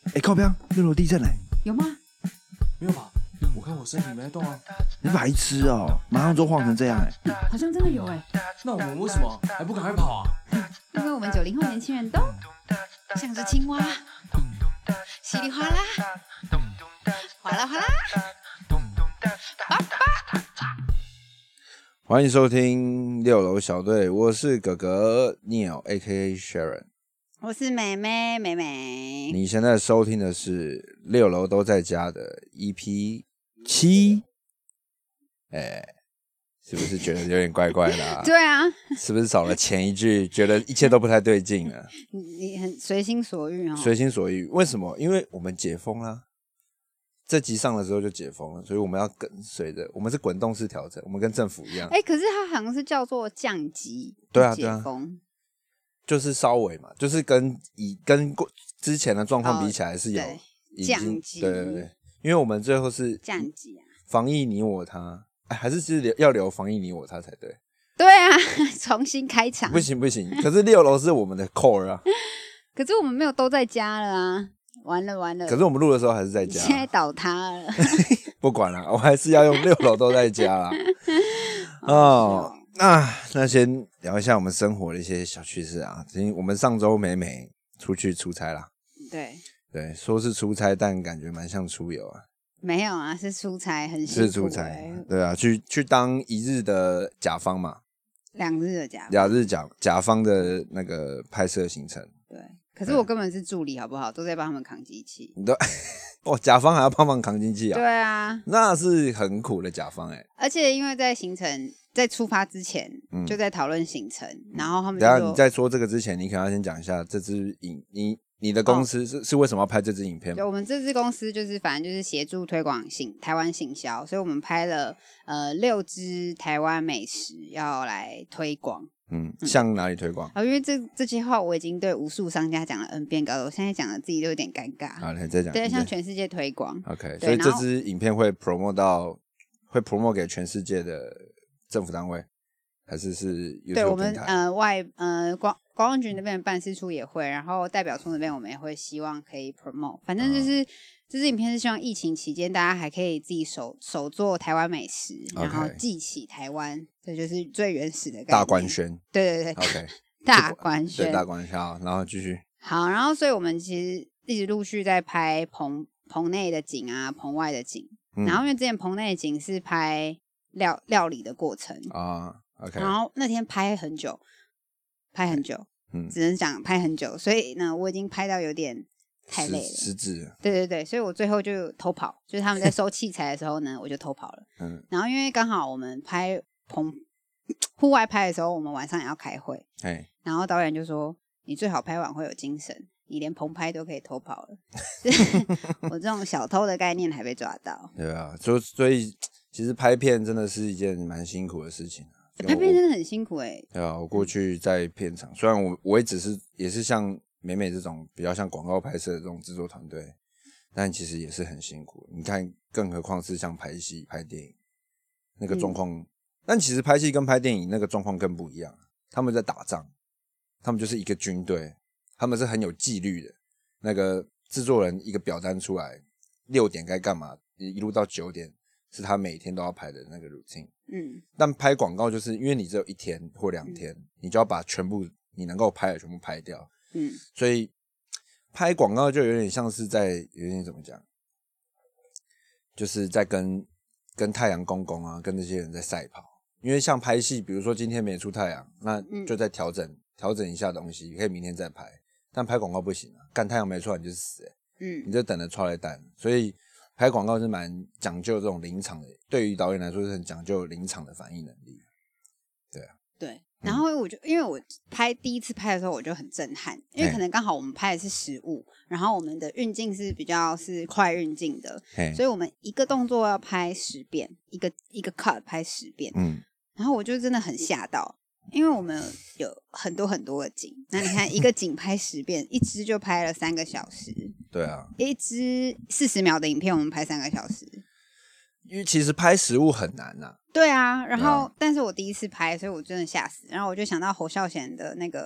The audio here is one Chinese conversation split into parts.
靠边，6楼地震嘞！ 有吗？ 没有吧？我看我身体没在动啊。 你白痴哦，马上就晃成这样好像真的有那我们为什么还不赶快跑啊？ 因为我们90后年轻人都像只青蛙，稀里哗啦，哗啦哗啦。 欢迎收听6楼小队，我是哥哥 Neil A.K.A. Sharon， 我是妹妹美美。 你现在收听的是6楼都在家的 EP7，是不是觉得有点怪怪的啊？ 对啊， 是不是少了前一句，觉得一切都不太对劲了？ 你很随心所欲哦。 随心所欲，为什么？因为我们解封啦。这集上的时候就解封了，所以我们要跟随着，我们是滚动式调整，我们跟政府一样。 可是它好像是叫做降级， 对啊， 解封， 就是稍微嘛，就是跟之前的状况比起来是有降级， 对，因为我们最后是降级啊， 防疫你我他，还是要留防疫你我他才对。 对啊，重新开场， 不行，可是6楼是我们的 core 啊， 可是我们没有都在家了啊。完了， 可是我们录的时候还是在家， 现在倒塌了。 不管了，我还是要用6楼都在家啦。那先聊一下我们生活的一些小趣事啊。我们上周美美出去出差啦，对，说是出差，但感觉蛮像出游啊。 没有啊，是出差，很辛苦。 是出差，对啊，去当1日的甲方嘛 ，2日的甲方 ，2日甲方的那个拍摄行程。 对。可是我根本是助理，好不好？都在帮他们扛机器。 对，甲方还要帮忙扛机器啊？ 对啊， 那是很苦的甲方而且因为在出发之前，就在讨论行程，然后他们就说， 等一下你在说这个之前，你可能要先讲一下这支你的公司是为什么要拍这支影片吗？ 对，我们这支公司就是反正就是协助推广台湾行销，所以我们拍了6支台湾美食要来推广。 向哪里推广？ 因为这句话我已经对无数商家讲了 N 遍了，我现在讲了自己都有点尴尬。 好，你再讲。 对，向全世界推广。 OK， 所以这支影片会 promote 给全世界的政府单位，还是 YouTube 对，我们平台观光局那边的办事处也会，然后代表处那边我们也会希望可以 promote。反正就是这支影片是希望疫情期间大家还可以自己手做台湾美食，然后记起台湾，这就是最原始的概念。 大官宣， 对 ，OK， 大官宣， 对，大官宣，然后继续。 好，然后所以我们其实一直陆续在拍棚内的景啊，棚外的景。然后因为之前棚内的景是拍料理的过程啊，OK， 然后那天拍很久，只能讲拍很久，所以呢，我已经拍到有点太累了， 失智了。 对，所以我最后就偷跑，就是他们在收器材的时候呢，我就偷跑了。然后因为刚好我们拍户外拍的时候，我们晚上也要开会，然后导演就说：“你最好拍完会有精神，你连棚拍都可以偷跑了。”我这种小偷的概念还被抓到。对啊，所以其实拍片真的是一件蛮辛苦的事情。 拍片真的很辛苦对啊，我过去在片场，虽然我也是像美美这种比较像广告拍摄的这种制作团队，但其实也是很辛苦。你看，更何况是像拍戏、拍电影那个状况。但其实拍戏跟拍电影那个状况更不一样。他们在打仗，他们就是一个军队，他们是很有纪律的。那个制作人一个表单出来，6点该干嘛，一路到9点是他每天都要拍的那个 routine。但拍广告就是因为你只有1天或2天，你就要把全部你能够拍的全部拍掉。所以拍广告就有点像是有点怎么讲，就是在跟太阳公公啊，跟那些人在赛跑。因为像拍戏，比如说今天没出太阳，那就在调整一下东西，可以明天再拍。但拍广告不行啊，干太阳没出来你就死你就等着出来蛋。所以拍广告是蛮讲究这种临场的，对于导演来说是很讲究临场的反应能力。 对。然后因为我第一次拍的时候我就很震撼，因为可能刚好我们拍的是实物，然后我们的运镜是比较是快运镜的，所以我们一个动作要拍10遍，一个 cut 拍10遍。然后我就真的很吓到，因为我们有很多很多的景，那你看一个景拍10遍，一支就拍了3个小时。 对啊， 一支40秒的影片我们拍3个小时。 因为其实拍实物很难啊。 对啊，然后但是我第一次拍，所以我真的吓死。然后我就想到侯孝贤的那个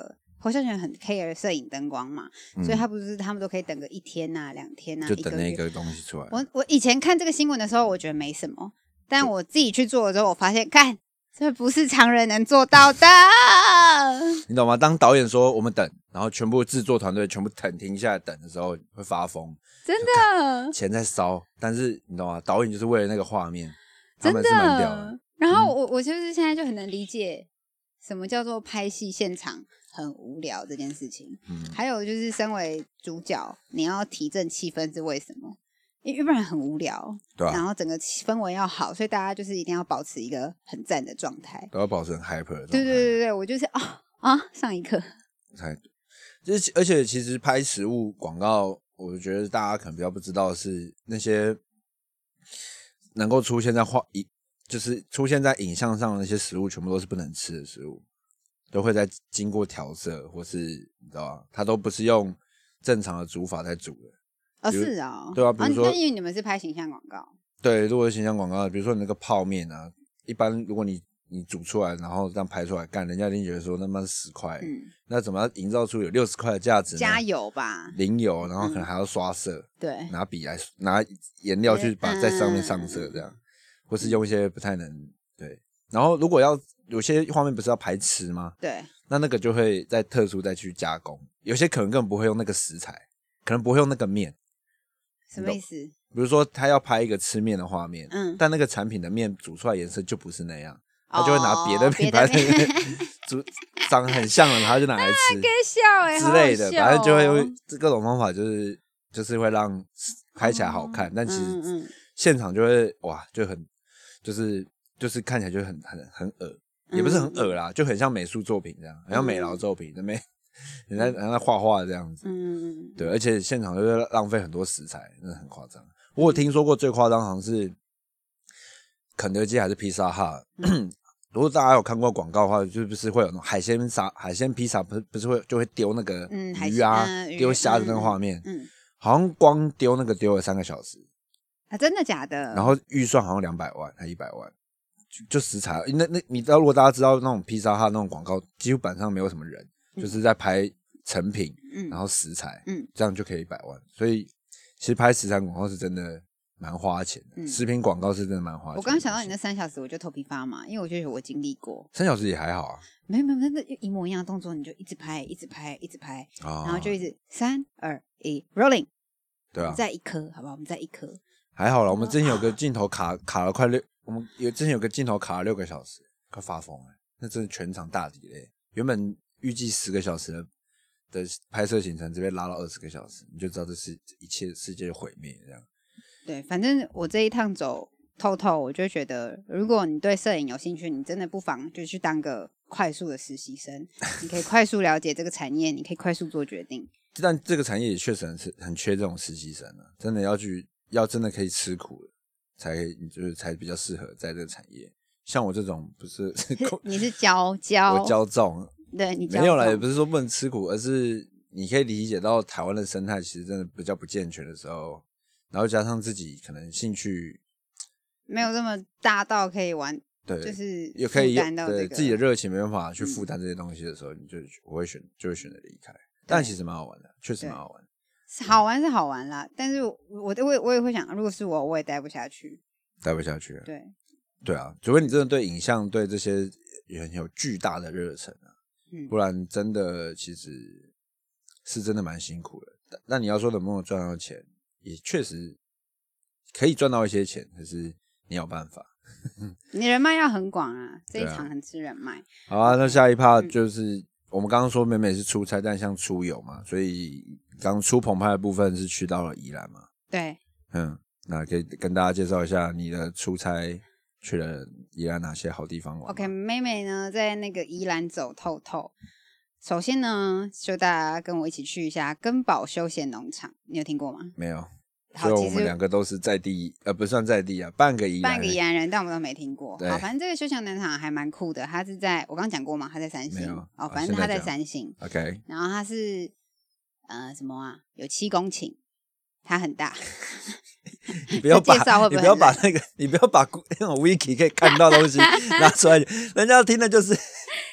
侯孝贤很 care 摄影灯光嘛，所以他们都可以等个1天啊2天啊， 就等那个东西出来。 我以前看这个新闻的时候，我觉得没什么，但我自己去做的时候，我发现，看这不是常人能做到的。 你懂吗？当导演说我们等，然后全部制作团队全部停下来等的时候，会发疯。 真的， 钱在烧，但是你懂吗？导演就是为了那个画面，他真们是蛮屌的。然后我就是现在就很能理解什么叫做拍戏现场很无聊这件事情。还有就是身为主角，你要提振气氛是为什么？因为不然很无聊， 对啊。 然后整个氛围要好，所以大家就是一定要保持一个很赞的状态， 都要保持很 hyper 的状态。 对，我就是上一课。 而且其实拍实物广告，我觉得大家可能比较不知道的是那些能够出现在就是出现在影像上的那些食物，全部都是不能吃的食物，都会在经过调色，或是你知道吧？它都不是用正常的煮法在煮的。 是啊， 对啊，比如说， 因为你们是拍形象广告， 对，如果是形象广告，比如说你那个泡面啊，一般如果你煮出来，然后这样拍出来，干人家一定觉得说那么10块，那怎么样营造出有60块的价值呢？ 加油吧， 淋油，然后可能还要刷色， 对， 拿颜料去把在上面上色这样，或是用一些不太能对。然后如果要有些画面不是要排吃吗？ 对， 那个就会再特殊再去加工，有些可能根本不会用那个食材，可能不会用那个面。 什么意思？ 比如说他要拍一个吃面的画面，但那个产品的面煮出来颜色就不是那样，他就会拿别的品牌的长得很像的，他就拿来吃之类的，反正就会用各种方法，就是会让拍起来好看，但其实现场就会哇，就很就是看起来就很恶，也不是很恶啦，就很像美术作品这样，很像美劳作品那边。人家画画这样子，对，而且现场就是浪费很多食材，真的很夸张。我有听说过最夸张，好像是肯德基还是披萨哈。如果大家有看过广告的话，就不是会有那种海鲜披萨，不是就会丢那个鱼啊，丢虾的那个画面，好像光丢那个丢了3个小时啊，真的假的？ 然后预算好像200万还100万，就食材。那你知道，如果大家知道那种披萨哈那种广告，几乎板上没有什么人。就是在拍成品，然后食材，这样就可以100万。所以其实拍食材广告是真的蛮花钱的，食品广告是真的蛮花钱的。 我刚刚想到你那3小时，我就头皮发麻，因为我觉得我经历过。 3小时也还好啊， 没有，那一模一样的动作，你就一直拍，然后就一直3、2、1 rolling， 对啊， 再一颗，好不好？我们再一颗， 还好啦。我们之前有个镜头卡了快我们之前有个镜头卡了6个小时，快发疯了，那真的全场大底嘞。原本预计10个小时的拍摄行程，这边拉到20个小时，你就知道这是一切世界毁灭这样。 对，反正我这一趟走透透，我就觉得，如果你对摄影有兴趣，你真的不妨就去当个快速的实习生，你可以快速了解这个产业，你可以快速做决定。 但这个产业也确实很缺这种实习生啊，真的要真的可以吃苦了，才比较适合在这个产业。像我这种不是你是教我教重， 对你没有啦，也不是说不能吃苦，而是你可以理解到台湾的生态其实真的比较不健全的时候，然后加上自己可能兴趣没有这么大到可以玩， 对， 就是也可以负担到对自己的热情没办法去负担这些东西的时候，我会选择离开。但其实蛮好玩的，确实蛮好玩。 好玩是好玩啦，但是我也会想，如果是我也待不下去。对啊，除非你真的对影像对这些也很有巨大的热忱啊，不然真的其实是真的蛮辛苦的。但你要说能不能赚到钱，也确实可以赚到一些钱，可是你有办法。 你人脉要很广啊，这一场很吃人脉。 好啊，那下一 part 就是我们刚刚说美美是出差，但像出游嘛，所以刚出澎湃的部分是去到了宜兰嘛。 对， 那可以跟大家介绍一下你的出差去了宜兰哪些好地方玩。 OK， 妹妹呢在那个宜兰走透透。首先呢，就大家跟我一起去一下根宝休闲农场，你有听过吗？ 没有。所以我们2个都是在地，不算在地啊，半个宜兰人，但我们都没听过。好，反正这个休闲农场还蛮酷的，它是在我刚刚讲过嘛，它在三星。反正它在三星。 OK。 然后它是什么啊？有7公顷，它很大。 你不要把那个，你不要把那种 wiki 可以看到的东西拿出来，人家听的就是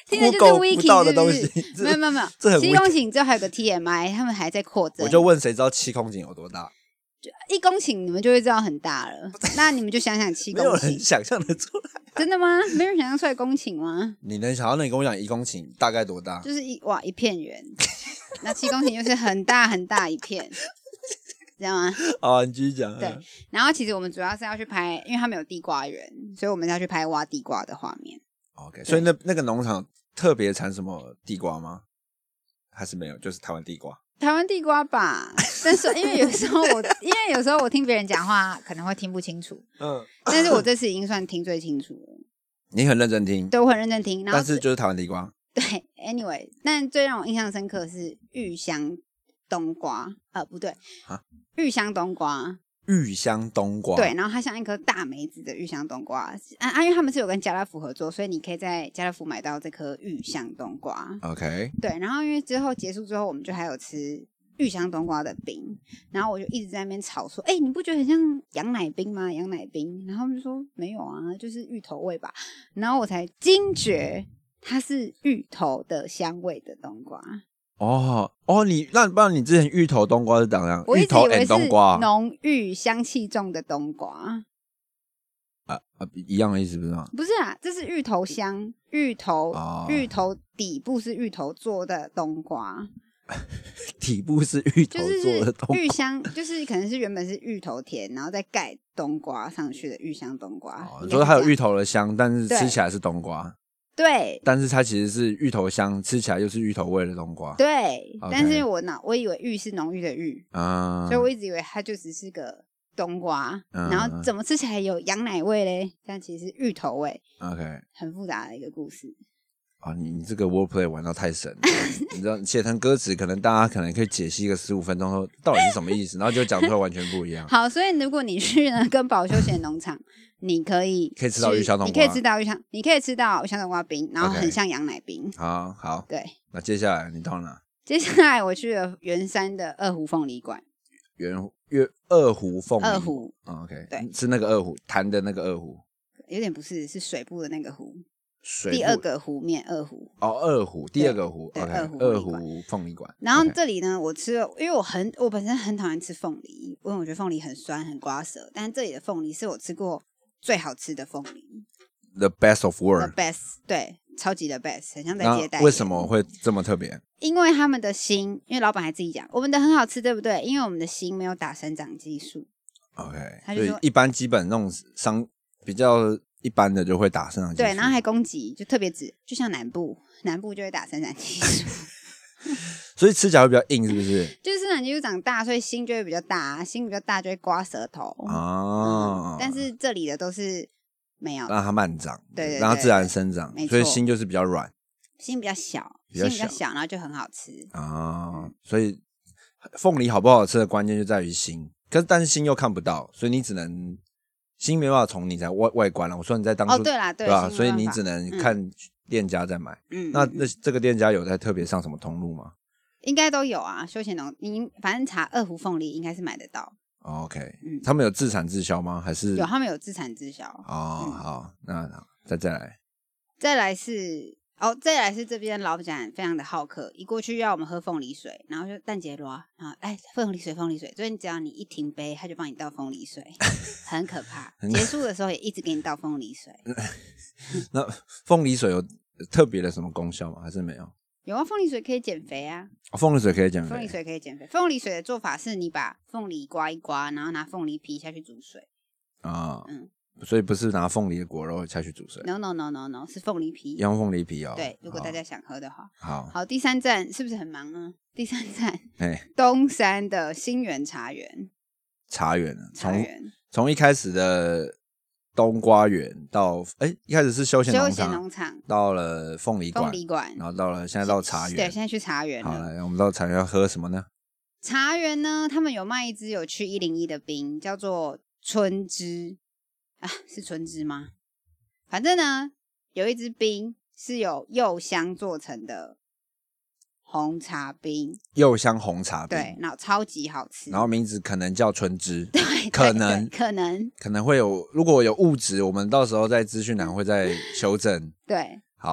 听的就是 Wiki 不到的东西， 没有， 这很 7公顷之后还有个 TMI， 他们还在扩增。 我就问谁知道7公顷有多大 ？1公顷你们就会知道很大了，那你们就想想7公顷， 没有人想象得出来。 真的吗？没人想象出来公顷吗？ 你能想到？那你跟我讲1公顷大概多大？ 就是一片圆，那7公顷就是很大很大一片。知道吗？ 好，你继续讲。 对，然后其实我们主要是要去拍，因为他们有地瓜园，所以我们要去拍挖地瓜的画面。 OK， 所以那个农场特别产什么地瓜吗？还是没有？就是台湾地瓜。 台湾地瓜吧，但是因为有时候我听别人讲话可能会听不清楚，但是我这次已经算听最清楚了。 你很认真听， 对，我很认真听，然后但是就是台湾地瓜。 对 ，anyway， 但最让我印象深刻的是玉香冬瓜，不对，玉香冬瓜。 玉香冬瓜， 对，然后它像一颗大梅子的玉香冬瓜因为他们是有跟家乐福合作，所以你可以在家乐福买到这颗玉香冬瓜。 OK， 对，然后因为之后结束之后，我们就还有吃玉香冬瓜的冰，然后我就一直在那边吵说，你不觉得很像羊奶冰吗？羊奶冰，然后他们就说没有啊，就是芋头味吧，然后我才惊觉它是芋头的香味的冬瓜。 那不然你之前芋头冬瓜是怎样？ 我一直以为是冬瓜浓郁香气重的冬瓜一样的意思不是吗？ 不是啊，这是芋头香，芋头底部是芋头做的冬瓜， 底部是芋头做的冬瓜， 就是芋香，就是可能是原本是芋头田，然后再盖冬瓜上去的玉香冬瓜。 你说它有芋头的香，但是吃起来是冬瓜。 对， 但是它其实是芋头香，吃起来又是芋头味的冬瓜。 对，但是我以为芋是浓郁的芋所以我一直以为它就只是个冬瓜，然后怎么吃起来有羊奶味嘞？但其实是芋头味。 OK， 很复杂的一个故事。 你这个 wordplay 玩到太神了，你知道写成歌词，可能大家可能可以解析个15分钟，说到底是什么意思，然后就讲出来完全不一样。 好，所以如果你去跟宝休闲农场，你可以吃到玉香冬瓜， 你可以吃到玉香冬瓜冰，然后很像羊奶冰。 好， 对。 那接下来你到哪？ 接下来我去了圆山的二湖凤梨馆。 二湖凤梨。 二湖 OK， 对， 是那个二湖，弹的那个二湖。 有点不是，是水部的那个湖。 第二个湖面二湖。 二湖，第二个湖。 对， OK， 二湖凤梨馆。 然后这里呢，我吃了，因为我本身很讨厌吃凤梨，因为我觉得凤梨很酸很刮舌，但是这里的凤梨是我吃过最好吃的凤梨。 The best of world。 The best， 对，超级的 best， 很像在接待。 为什么会这么特别？ 因为他们的心，因为老板还自己讲，我们的很好吃，对不对？因为我们的心没有打生长激素。 OK， 所以一般基本那种比较一般的就会打生长激素。 对，然后还攻击，就特别指，就像南部就会打生长激素。 所以吃起来会比较硬，是不是？ 就是生长激素长大，所以心就会比较大，心比较大就会刮舌头。但是这里的都是没有， 让它慢长， 对， 让它自然生长，所以心就是比较软， 心比较小，然后就很好吃所以凤梨好不好吃的关键就在于心，但是心又看不到，所以你只能心没办法从你在外观了。我说你在当初对啦，对吧？所以你只能看店家在买。那这个店家有在特别上什么通路吗？ 应该都有啊，休闲农，你反正查二湖凤梨应该是买得到。 OK， 他们有自产自销吗？还是有？他们有自产自销。 好，那再来是这边老板非常的好客，一过去要我们喝凤梨水，然后就蛋姐罗凤梨水，所以你只要你一停杯，他就帮你倒凤梨水，很可怕。结束的时候也一直给你倒凤梨水。 那凤梨水有特别的什么功效吗？还是没有？ 有啊，凤梨水可以减肥啊。 凤梨水可以减肥。 凤梨水可以减肥。凤梨水的做法是你把凤梨刮一刮，然后拿凤梨皮下去煮水。 所以不是拿凤梨的果肉下去煮水。 No， 是凤梨皮。 用凤梨皮哦。 对，如果大家想喝的话。 好， 第3站是不是很忙呢？第3站，东山的新园茶园。 茶园从一开始的冬瓜园到一开始是休闲农场，到了凤梨馆，然后现在到茶园。 对，现在去茶园了。 好，来，我们到茶园要喝什么呢？ 茶园呢，他们有卖一支有去101的冰，叫做春之是春之吗？反正呢，有一支冰是有柚香做成的红茶冰， 柚香红茶冰， 对，然后超级好吃， 然后名字可能叫春之， 对， 可能会有，如果有误植，我们到时候在资讯栏会再修正。 对， 好，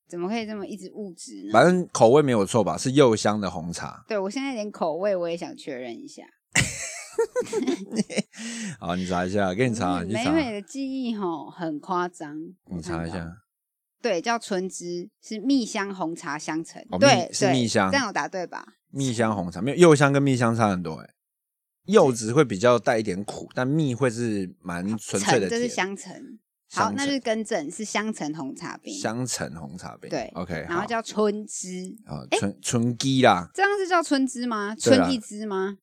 怎么可以这么一直物质呢？ 反正口味没有错吧？是柚香的红茶。 对，我现在连口味我也想确认一下。 好，你查一下，给你查。 美美的记忆很夸张。 你查一下。 对，叫春之，是蜜香红茶香橙。 对，是蜜香， 这样有答对吧？ 蜜香红茶没有柚香跟蜜香差很多柚子会比较带一点苦，但蜜会是蛮纯粹的甜。 这是香橙。好，那就是更正，是香橙红茶冰。 香橙红茶冰， 对 ，OK， 然后叫春之， 春枝啦， 这样是叫春之吗？春一枝吗？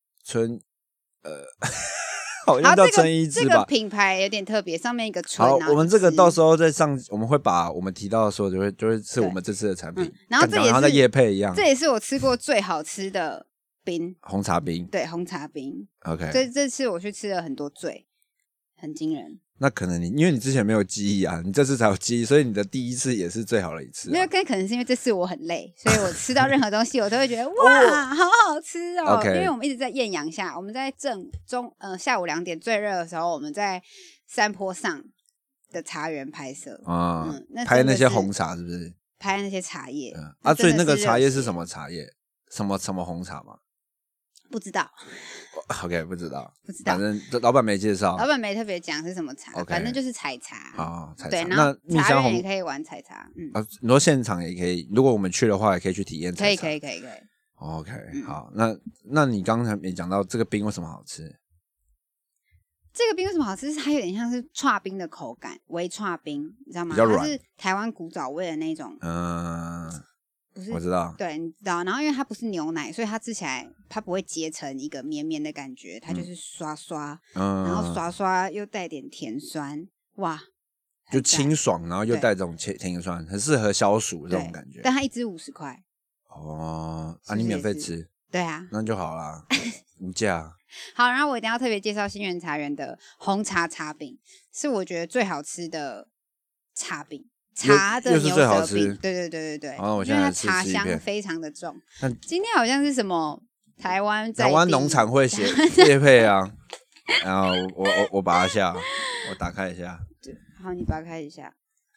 好像叫春一枝吧。 这个品牌有点特别，上面一个春。 好，我们这个到时候再上，我们会把我们提到的所有就会是我们这次的产品， 然后这也是在业配一样， 这也是我吃过最好吃的冰， 红茶冰， 对，红茶冰 ，OK， 这次我去吃了很多醉，很惊人。 那可能因为你之前没有记忆啊，你这次才有记忆，所以你的第一次也是最好的一次。 因为可能是因为这次我很累，所以我吃到任何东西我都会觉得哇，好好吃哦。 Okay. 因为我们一直在艳阳下，我们在下午2点最热的时候，我们在山坡上的茶园拍摄拍那些红茶是不是？ 拍那些茶叶所以那个茶叶是什么茶叶？什么红茶吗？ 不知道。 OK， 不知道，反正老板没介绍， 老板没特别讲是什么茶， okay. 反正就是采茶。 采茶。 对，然后茶园也可以玩采茶。 你说现场也可以，如果我们去的话，也可以去体验采茶。 可以。 OK，好，那你刚才没讲到这个冰为什么好吃？ 这个冰为什么好吃？是它有点像是剉冰的口感，微剉冰，你知道吗？ 比较软， 它是台湾古早味的那种。不是， 我知道。 对，你知道。然后因为它不是牛奶，所以它吃起来它不会结成一个绵绵的感觉，它就是刷刷，然后刷刷又带点甜酸，哇， 就清爽，然后又带这种甜酸，很适合消暑这种感觉。 但它一支50块。 你免费吃？ 对啊， 那就好啦，无价。 好，然后我一定要特别介绍新源茶园的红茶茶饼，是我觉得最好吃的茶饼。茶的牛舌饼，对， 我现在因为它茶香非常的重。今天好像是什么台湾农产会业配啊，然后我把它下，我打开一下。 好，你打开一下。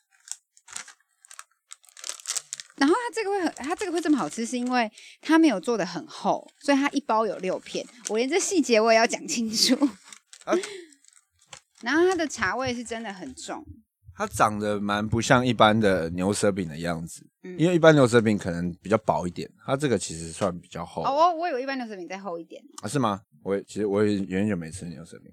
然后它这个会这么好吃，是因为它没有做的很厚，所以它一包有6片。我连这细节我也要讲清楚。然后它的茶味是真的很重。 它长得蛮不像一般的牛舌饼的样子，因为一般牛舌饼可能比较薄一点，它这个其实算比较厚。 我以为一般牛舌饼再厚一点是吗？其实我也很久没吃牛舌饼。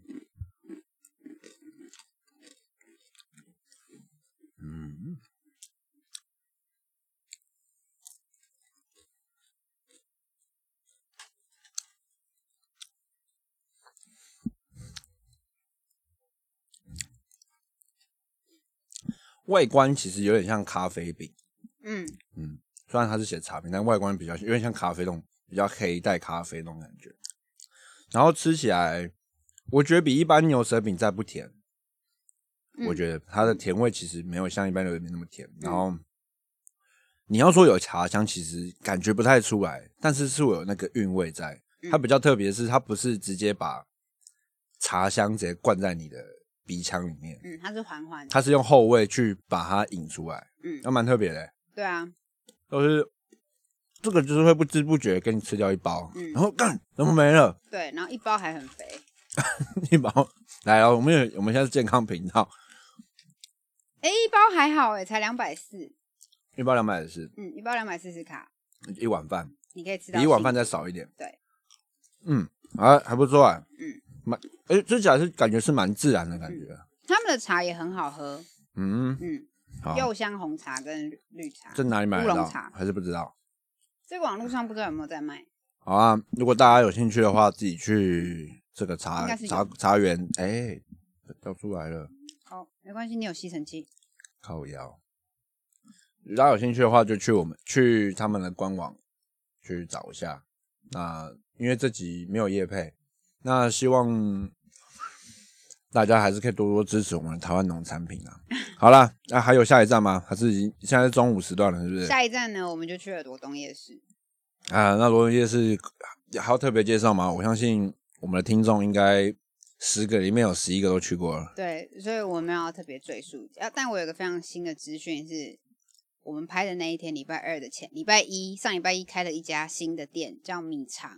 外观其实有点像咖啡饼，虽然它是写茶饼，但外观比较有点像咖啡那种比较黑带咖啡那种感觉。然后吃起来，我觉得比一般牛舌饼再不甜。我觉得它的甜味其实没有像一般牛舌饼那么甜。然后你要说有茶香，其实感觉不太出来，但是会有那个韵味在。它比较特别的是，它不是直接把茶香直接灌在你的鼻腔里面， 它是缓缓的， 它是用后味去把它引出来，那蛮特别的。 对啊， 就是这个就是会不知不觉跟你吃掉一包，然后干怎么没了？ 对，然后一包还很肥， 一包来了，我们现在是健康频道， 一包还好才240， 一包240， 一包240卡， 一碗饭， 你可以吃到比一碗饭再少一点， 对， 还不错吃起来是感觉是蛮自然的感觉。 他们的茶也很好喝，柚香红茶跟绿茶， 这哪里买得到？还是不知道？ 这个网络上不知道有没有在卖。 好啊，如果大家有兴趣的话，自己去这个茶园，掉出来了。 好，没关系，你有吸尘器。 靠腰。如果大家有兴趣的话，就去他们的官网去找一下。那因为这集没有业配。那希望大家还是可以多多支持我们的台湾农产品啊！好啦，还有下一站吗？还是现在是中午时段了，是不是？ 下一站呢，我们就去了罗东夜市。 那罗东夜市还要特别介绍吗？我相信我们的听众应该10个里面有11个都去过了。 对，所以我没有要特别赘述。但我有个非常新的资讯是， 我们拍的那一天，礼拜2的前，上礼拜一开了一家新的店，叫米肠，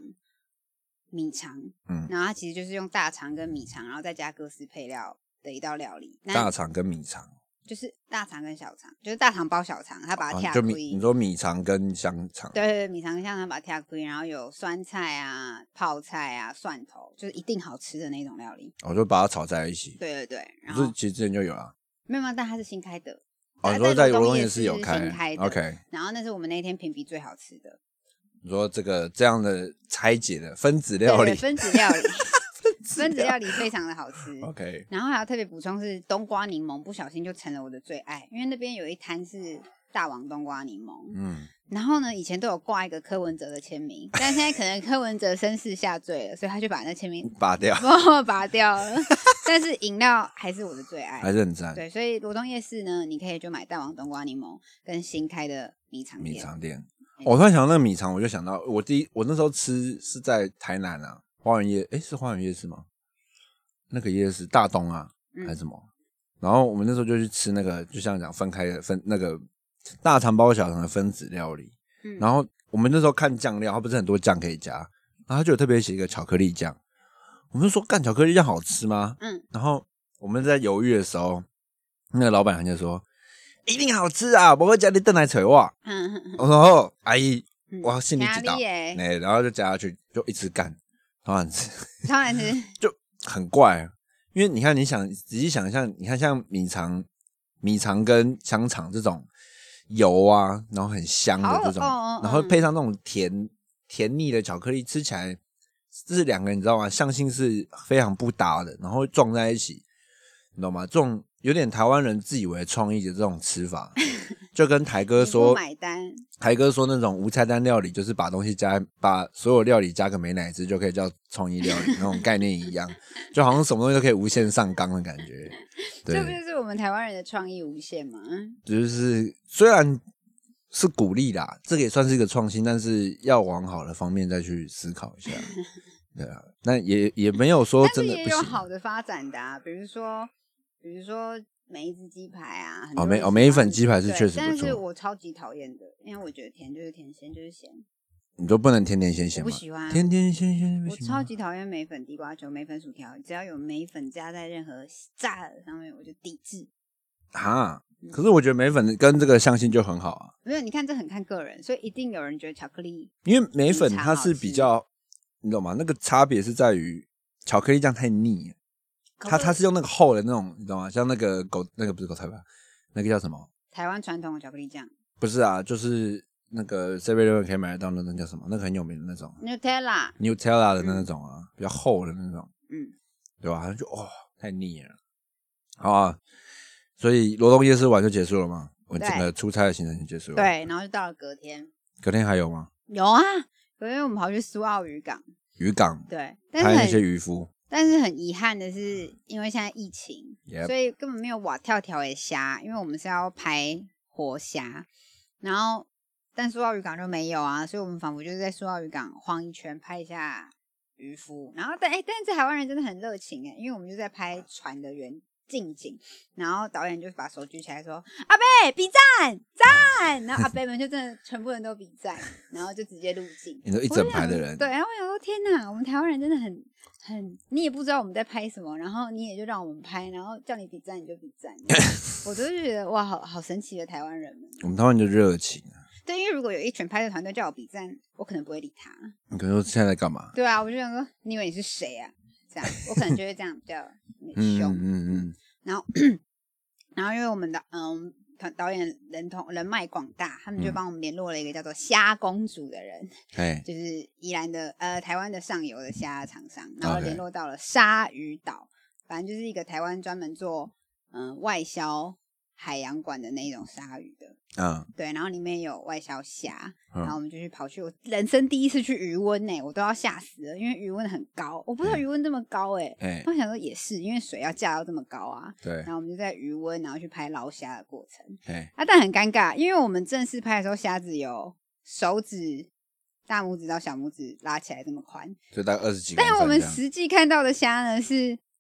然后它其实就是用大肠跟米肠，然后再加各式配料的一道料理。 大肠跟米肠， 就是大肠跟小肠，就是大肠包小肠，它把它跳开。 你说米肠跟香肠？ 对，米肠跟香肠把它跳开，然后有酸菜啊、泡菜啊、蒜头，就是一定好吃的那种料理。 我就把它炒在一起。 对，然后其实之前就有了。 没有，但它是新开的。 你说在罗东夜市有开的 ，OK。 然后那是我们那天评比最好吃的。 你说这样的拆解的分子料理， 对分子料理，分子料理非常的好吃。 OK。 然后还要特别补充是冬瓜柠檬，不小心就成了我的最爱，因为那边有一摊是大王冬瓜柠檬。然后呢，以前都有挂一个柯文哲的签名，但现在可能柯文哲身世下坠了，所以他就把那签名拔掉了。但是饮料还是我的最爱， 还是很赞。 对，所以罗东夜市呢，你可以就买大王冬瓜柠檬跟新开的米肠店。 我突然想到那个米肠，我就想到我那时候吃是在台南啊，花园夜，是花园夜市吗？那个夜市大东啊，还是什么？然后我们那时候就去吃那个，就像讲分开的那个大肠包小肠的分子料理。然后我们那时候看酱料，它不是很多酱可以加，然后它就有特别写一个巧克力酱。我们就说干巧克力酱好吃吗？然后我们在犹豫的时候，那个老板娘就说一定好吃啊，不会加你炖来捶我。我说哦，阿姨，我心里知道。然后就加下去，就一直干，超难吃，就很怪。因为你看，你仔细想象，你看像米肠跟香肠这种油啊，然后很香的这种，然后配上那种甜腻的巧克力，吃起来这是两个你知道吗？相性是非常不搭的，然后撞在一起，你懂吗？这种有点台湾人自以为创意的这种吃法，就跟台哥说那种无菜单料理，就是把所有料理加个美乃滋就可以叫创意料理那种概念一样，就好像什么东西都可以无限上纲的感觉。对， 这不就是我们台湾人的创意无限吗？ 就是虽然是鼓励啦，这个也算是一个创新，但是要往好的方面再去思考一下。对啊，那也没有说真的不行，但是也有好的发展的啊，比如说梅子鸡排啊， 梅粉鸡排是确实不错， 但是我超级讨厌的，因为我觉得甜就是甜，咸就是咸。 你都不能甜甜咸咸吗？ 我不喜欢甜甜咸咸， 我超级讨厌梅粉地瓜球、梅粉薯条，只要有梅粉加在任何炸的上面，我就抵制。 可是我觉得梅粉跟这个相性就很好啊。 没有，你看这很看个人，所以一定有人觉得巧克力， 因为梅粉它是比较，你懂吗？那个差别是在于巧克力酱太腻了。它是用那个厚的那种，你知道吗？像那个那个不是狗菜吧？那个叫什么？ 台湾传统的巧克力酱？ 不是啊，就是那个 7-Eleven 可以买得到那叫什么？那个很有名的那种 Nutella 的那种啊，比较厚的那种，对吧？就太腻了。好啊，所以罗东夜市晚就结束了吗？我整个出差的行程就结束了。 对，然后就到了隔天。 隔天还有吗？ 有啊，隔天我们跑去苏澳渔港。对， 拍那些渔夫。 但是很遗憾的是，因为现在疫情，所以根本没有瓦跳条的虾，因为我们是要拍活虾，然后但苏澳渔港就没有啊，所以我们仿佛就是在苏澳渔港晃一圈，拍一下渔夫。然后但是台湾人真的很热情因为我们就在拍船的近景，然后导演就把手举起来说：“阿伯比赞！”然后阿伯们就真的全部人都比赞，然后就直接入镜。 你说一整排的人， 对，然后我想说天哪，我们台湾人真的很，你也不知道我们在拍什么，然后你也就让我们拍，然后叫你比赞你就比赞。我都觉得哇，好神奇的台湾人们。 我们台湾人就热情啊。 对，因为如果有一群拍摄团队叫我比赞，我可能不会理他。 你可能说现在在干嘛？ 对啊，我就想说，你以为你是谁啊？这样，我可能就会这样比较凶。然后因为我们的导演人脉广大，他们就帮我们联络了一个叫做虾公主的人，就是宜兰的台湾的上游的虾厂商，然后联络到了鲨鱼岛，反正就是一个台湾专门做外销海洋馆的那种鲨鱼的，对，然后里面有外销虾，然后我们就跑去，我人生第一次去渔温我都要吓死了，因为渔温很高，我不知道渔温这么高我想说也是，因为水要架到这么高啊， 对， 然后我们就在渔温，然后去拍捞虾的过程，但很尴尬，因为我们正式拍的时候，虾子有手指、大拇指到小拇指拉起来这么宽， 就大概20几公分， 但我们实际看到的虾呢是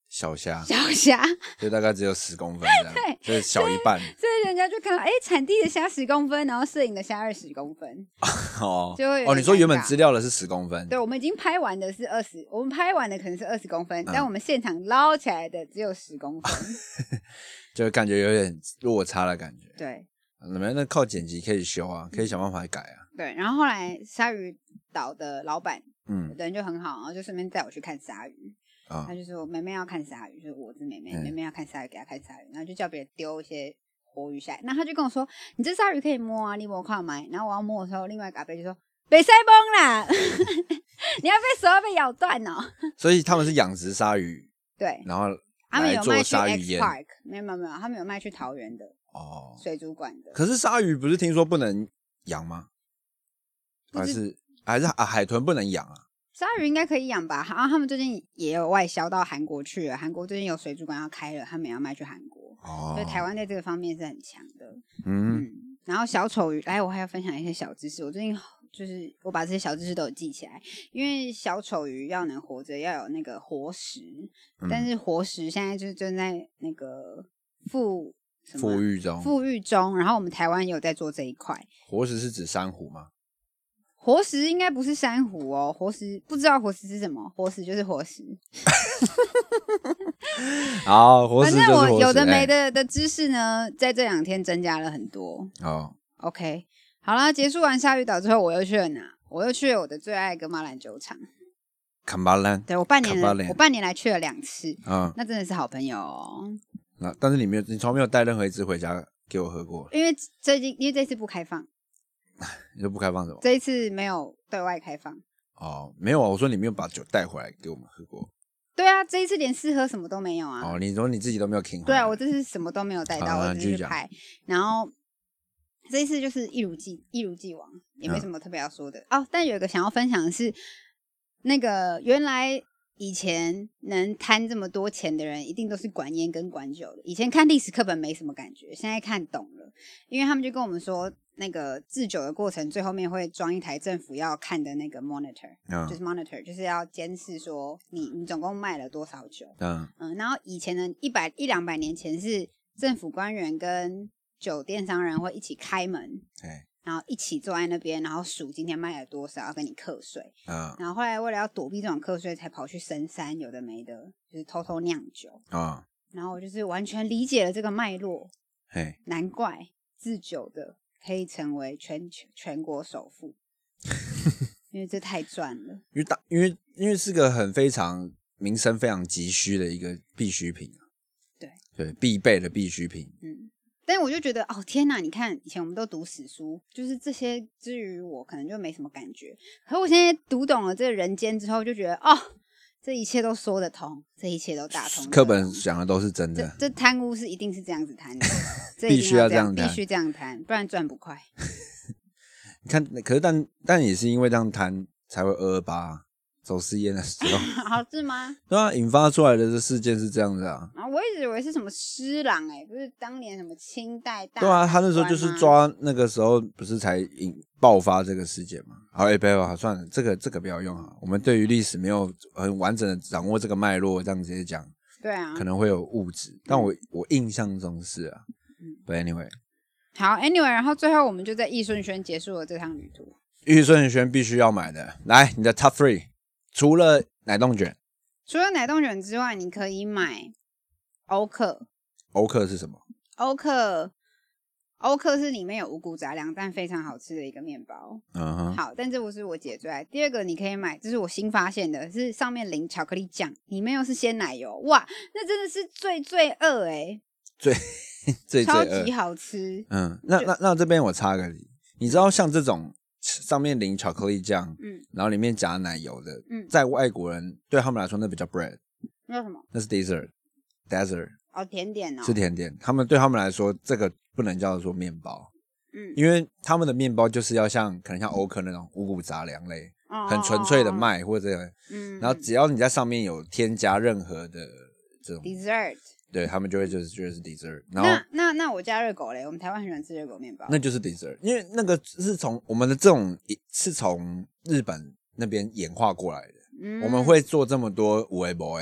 小虾，就大概只有10公分这样， 对， 就是小一半。 所以人家就看到，产地的虾10公分，然后摄影的虾20公分，就会你说原本资料的是10公分， 对，我们已经拍完的是20，我们拍完的可能是20公分，但我们现场捞起来的只有10公分， 就感觉有点落差的感觉。 对， 那靠剪辑可以修啊，可以想办法改啊。 对，然后后来鲨鱼岛的老板，人就很好，然后就顺便带我去看鲨鱼。他就说妹妹要看鲨鱼，就是我是妹妹，妹妹要看鲨鱼，给她看鲨鱼，然后就叫别人丢一些活鱼下来。那他就跟我说：“你这鲨鱼可以摸啊，你摸看买。”然后我要摸的时候，另外一个阿伯就说：“别塞崩啦，你要被手要被咬断哦。” 所以他们是养殖鲨鱼， 对， 然后他们有卖去鲨鱼烟 X Park， 没有，他们有卖去桃园的水族馆的。 可是鲨鱼不是听说不能养吗？还是海豚不能养啊？ 鲨鱼应该可以养吧？然后他们最近也有外销到韩国去了，韩国最近有水族馆要开了，他们也要卖去韩国。所以台湾在这个方面是很强的。然后小丑鱼，来，我还要分享一些小知识。我最近就是我把这些小知识都有记起来，因为小丑鱼要能活着要有那个活食，但是活食现在就正在那个富裕中，然后我们台湾也有在做这一块。 活食是指珊瑚吗？ 活食应该不是珊瑚哦，活食不知道活食是什么，活食就是活食。 好，活食就是活食。 反正我有的没的知识呢，在这2天增加了很多。OK， 好啦，结束完鲨鱼岛之后，我又去了哪？我又去了我的最爱噶玛兰酒厂。 坎巴兰， 对，我半年来去了2次。那真的是好朋友哦。 但是你从没有带任何一支回家给我喝过， 因为这次不开放。 你说不开放什么？ 这一次没有对外开放。 没有啊，我说你没有把酒带回来给我们喝过。 对啊，这一次连试喝什么都没有啊。 你说你自己都没有听？ 对啊，我这次什么都没有带到，我只是去拍。然后这一次就是一如既往，也没什么特别要说的但有一个想要分享的是，那个原来以前能贪这么多钱的人，一定都是管烟跟管酒的。以前看历史课本没什么感觉，现在看懂了，因为他们就跟我们说，那个制酒的过程最后面会装一台政府要看的那个 monitor，就是 monitor， 就是要监视说你总共卖了多少酒。然后以前的100-200年前是政府官员跟酒店商人会一起开门，然后一起坐在那边，然后数今天卖了多少，要跟你课税。然后后来为了要躲避这种课税，才跑去深山，有的没的，就是偷偷酿酒。然后我就是完全理解了这个脉络。难怪制酒的可以成为全国首富，因为这太赚了。 因为是个非常民生非常急需的一个必需品。对，必备的必需品。 但我就觉得天哪，你看以前我们都读史书，就是这些至于我可能就没什么感觉，可我现在读懂了这个人间之后，就觉得这一切都说得通，这一切都大通。 课本讲的都是真的。 这贪污是一定是这样子贪的， 必须要这样贪，必须这样贪，不然赚不快。 你看，可是但也是因为这样贪，才会228走私烟的时候。 好是吗？ 对啊，引发出来的这事件是这样子啊。 我一直以为是什么施琅不是当年什么清代大。 对啊，他那时候就是抓那个时候不是才爆发这个事件嘛。好，不要，算了，这个不要用啊。我们对于历史没有很完整的掌握这个脉络，这样直接讲， 对啊， 可能会有误植。但我印象中是啊。But anyway， 好 ，anyway， 然后最后我们就在益顺轩结束了这趟旅途。 益顺轩必须要买的，来你的 top 3， 除了奶冻卷。 除了奶冻卷之外，你可以买欧克。 欧克是什么？ 欧克是里面有五谷杂粮但非常好吃的一个面包。好，但这不是我姐最爱。第二个你可以买，这是我新发现的，是上面淋巧克力酱，里面又是鲜奶油，哇，那真的是最恶最超级好吃。 那这边我插个题，你知道像这种上面淋巧克力酱，然后里面夹奶油的，在外国人对他们来说那比较 bread， 那叫什么？ 那是 dessert。 甜点哦， 是甜点。对他们来说，这个不能叫做面包，因为他们的面包就是要可能像欧克那种五谷杂粮类，很纯粹的麦或者然后只要你在上面有添加任何的这种 dessert， 对他们就会觉得是 dessert。然后那我加热狗嘞，我们台湾很喜欢吃热狗面包， 那就是 dessert， 因为那个是从我们的这种是从日本那边演化过来的。我们会做这么多有的没的，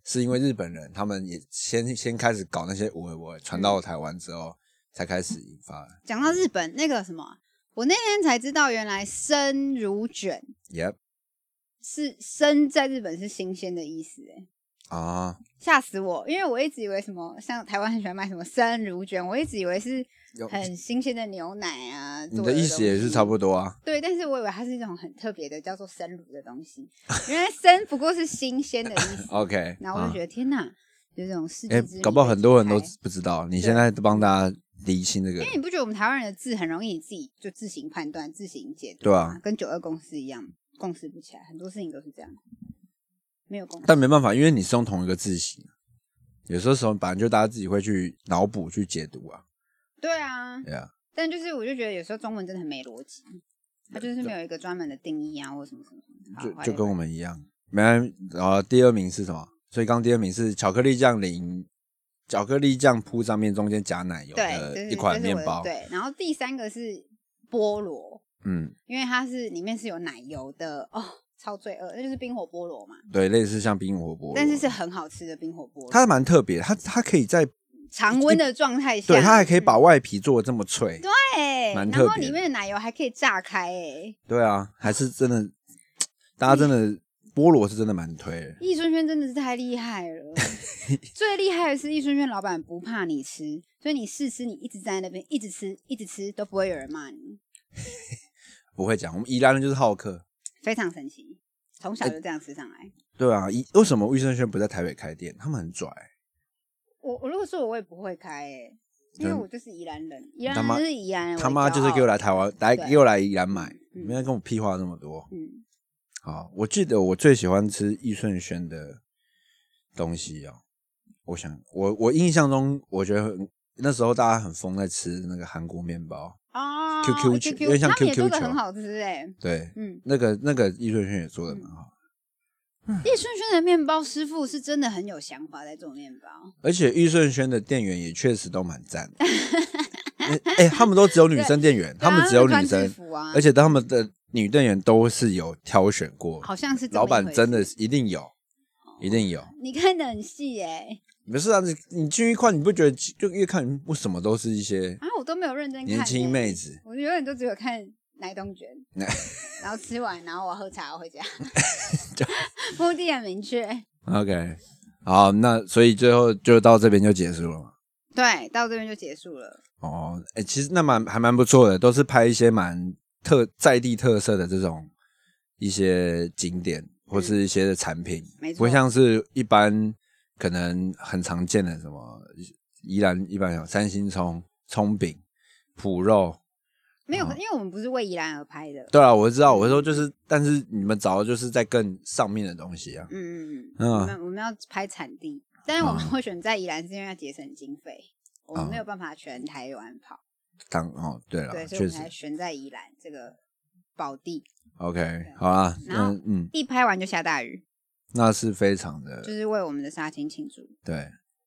是因为日本人他们也先开始搞那些有的没的传到台湾之后，才开始引发。 讲到日本那个什么，我那天才知道，原来生乳卷 ，Yep， 是生在日本是新鲜的意思啊， 吓死我！因为我一直以为什么，像台湾很喜欢卖什么生乳卷，我一直以为是很新鲜的牛奶啊。 你的意思也是差不多啊。 对，但是我以为它是一种很特别的叫做生乳的东西，原来生不过是新鲜的意思。 OK， 然后我就觉得天哪，有这种世纪之谜。 搞不好很多人都不知道，你现在帮大家厘清这个。 因为你不觉得我们台湾人的字很容易你自己就自行判断、自行解读， 对啊， 跟92公司一样，共识不起来，很多事情都是这样。没有共识， 但没办法，因为你是用同一个字形，有时候本来就大家自己会去脑补去解读啊。 对啊， 对啊。 但就是我就觉得有时候中文真的很没逻辑，它就是没有一个专门的定义啊，或什么什么。 就跟我们一样。然后第二名是什么？所以刚第二名是巧克力酱铺上面中间夹奶油的一款面包。 对，然后第三个是菠萝，因为它是里面是有奶油的哦。超罪恶，那就是冰火菠萝嘛。对， 类似像冰火菠萝， 但是是很好吃的冰火菠萝。 它蛮特别，它可以在常温的状态下， 对，它还可以把外皮做的这么脆， 对， 蛮特别。 然后里面的奶油还可以炸开， 对啊，还是真的，大家真的菠萝是真的蛮推的。 易顺轩真的是太厉害了，最厉害的是易顺轩老板不怕你吃，所以你试吃，你一直站在那边一直吃都不会有人骂你。 不会讲，我们宜兰人就是好客。非常神奇，从小就这样吃上来。 对啊，为什么易顺轩不在台北开店？他们很拽。 我如果说我也不会开因为我就是宜兰人，宜兰人就是宜兰人， 他妈就是给我来台湾，给我来宜兰买，没人跟我屁话那么多。好，我记得我最喜欢吃易顺轩的东西啊。我印象中，我觉得那时候大家很疯在吃那个韩国面包。QQ 球，有点像 QQ 球，他们也做的很好吃对，那个易顺轩也做的蛮好。 易顺轩的面包师傅是真的很有想法在做面包， 而且易顺轩的店员也确实都蛮赞的。他们都只有女生店员，他们只有女生，而且他们的女店员都是有挑选过， 好像是老板真的一定有，一定有。 你看得很细不是啊，你进去看，你不觉得就越看为什么都是一些我都没有认真看年轻妹子， 我永远都只有看奶冻卷，然后吃完，然后我喝茶我回家，目的很明确。OK， 好，那所以最后就到这边就结束了嘛？ 对，到这边就结束了。 其实那还蛮不错的，都是拍一些蛮在地特色的这种一些景点或是一些的产品，不像是一般。可能很常见的什么宜兰一般有三星葱、葱饼、脯肉， 没有，因为我们不是为宜兰而拍的。 对啊，我知道，我说就是，但是你们找的就是在更上面的东西啊。 我们要拍产地，但是我们会选在宜兰，是因为要节省经费，我们没有办法全台湾跑。 对了， 对，所以我们才选在宜兰这个宝地。 OK， 好啦， 然后一拍完就下大雨。 那是非常的， 就是为我们的杀青庆祝。 对，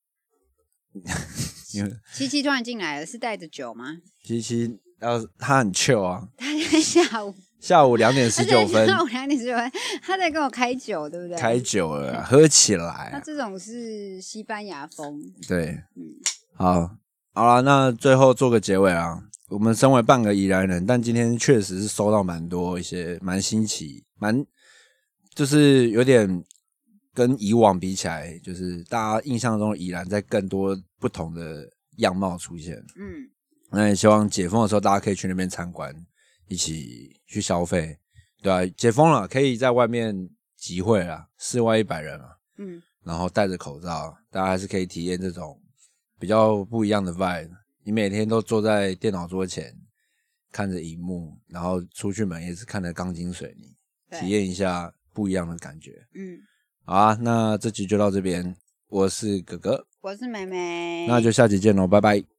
七七突然进来了，是带着酒吗？ 七七他很 chill 啊， 他在下午2点19分， 下午2点19分，他在跟我开酒，对不对？ 开酒了，喝起来。 他这种是西班牙风。 对，好啦，那最后做个结尾啊。我们身为半个宜兰人，但今天确实是收到蛮多一些蛮新奇、就是有点。跟以往比起来，就是大家印象中的宜兰在更多不同的样貌出现。那也希望解封的时候，大家可以去那边参观，一起去消费，对啊，解封了，可以在外面集会啦，室外100人啊，然后戴着口罩，大家还是可以体验这种比较不一样的 vibe。你每天都坐在电脑桌前，看着萤幕，然后出去门也是看着钢筋水泥，体验一下不一样的感觉。好啊，那这集就到这边。我是哥哥， 我是妹妹， 那就下集见喽，拜拜。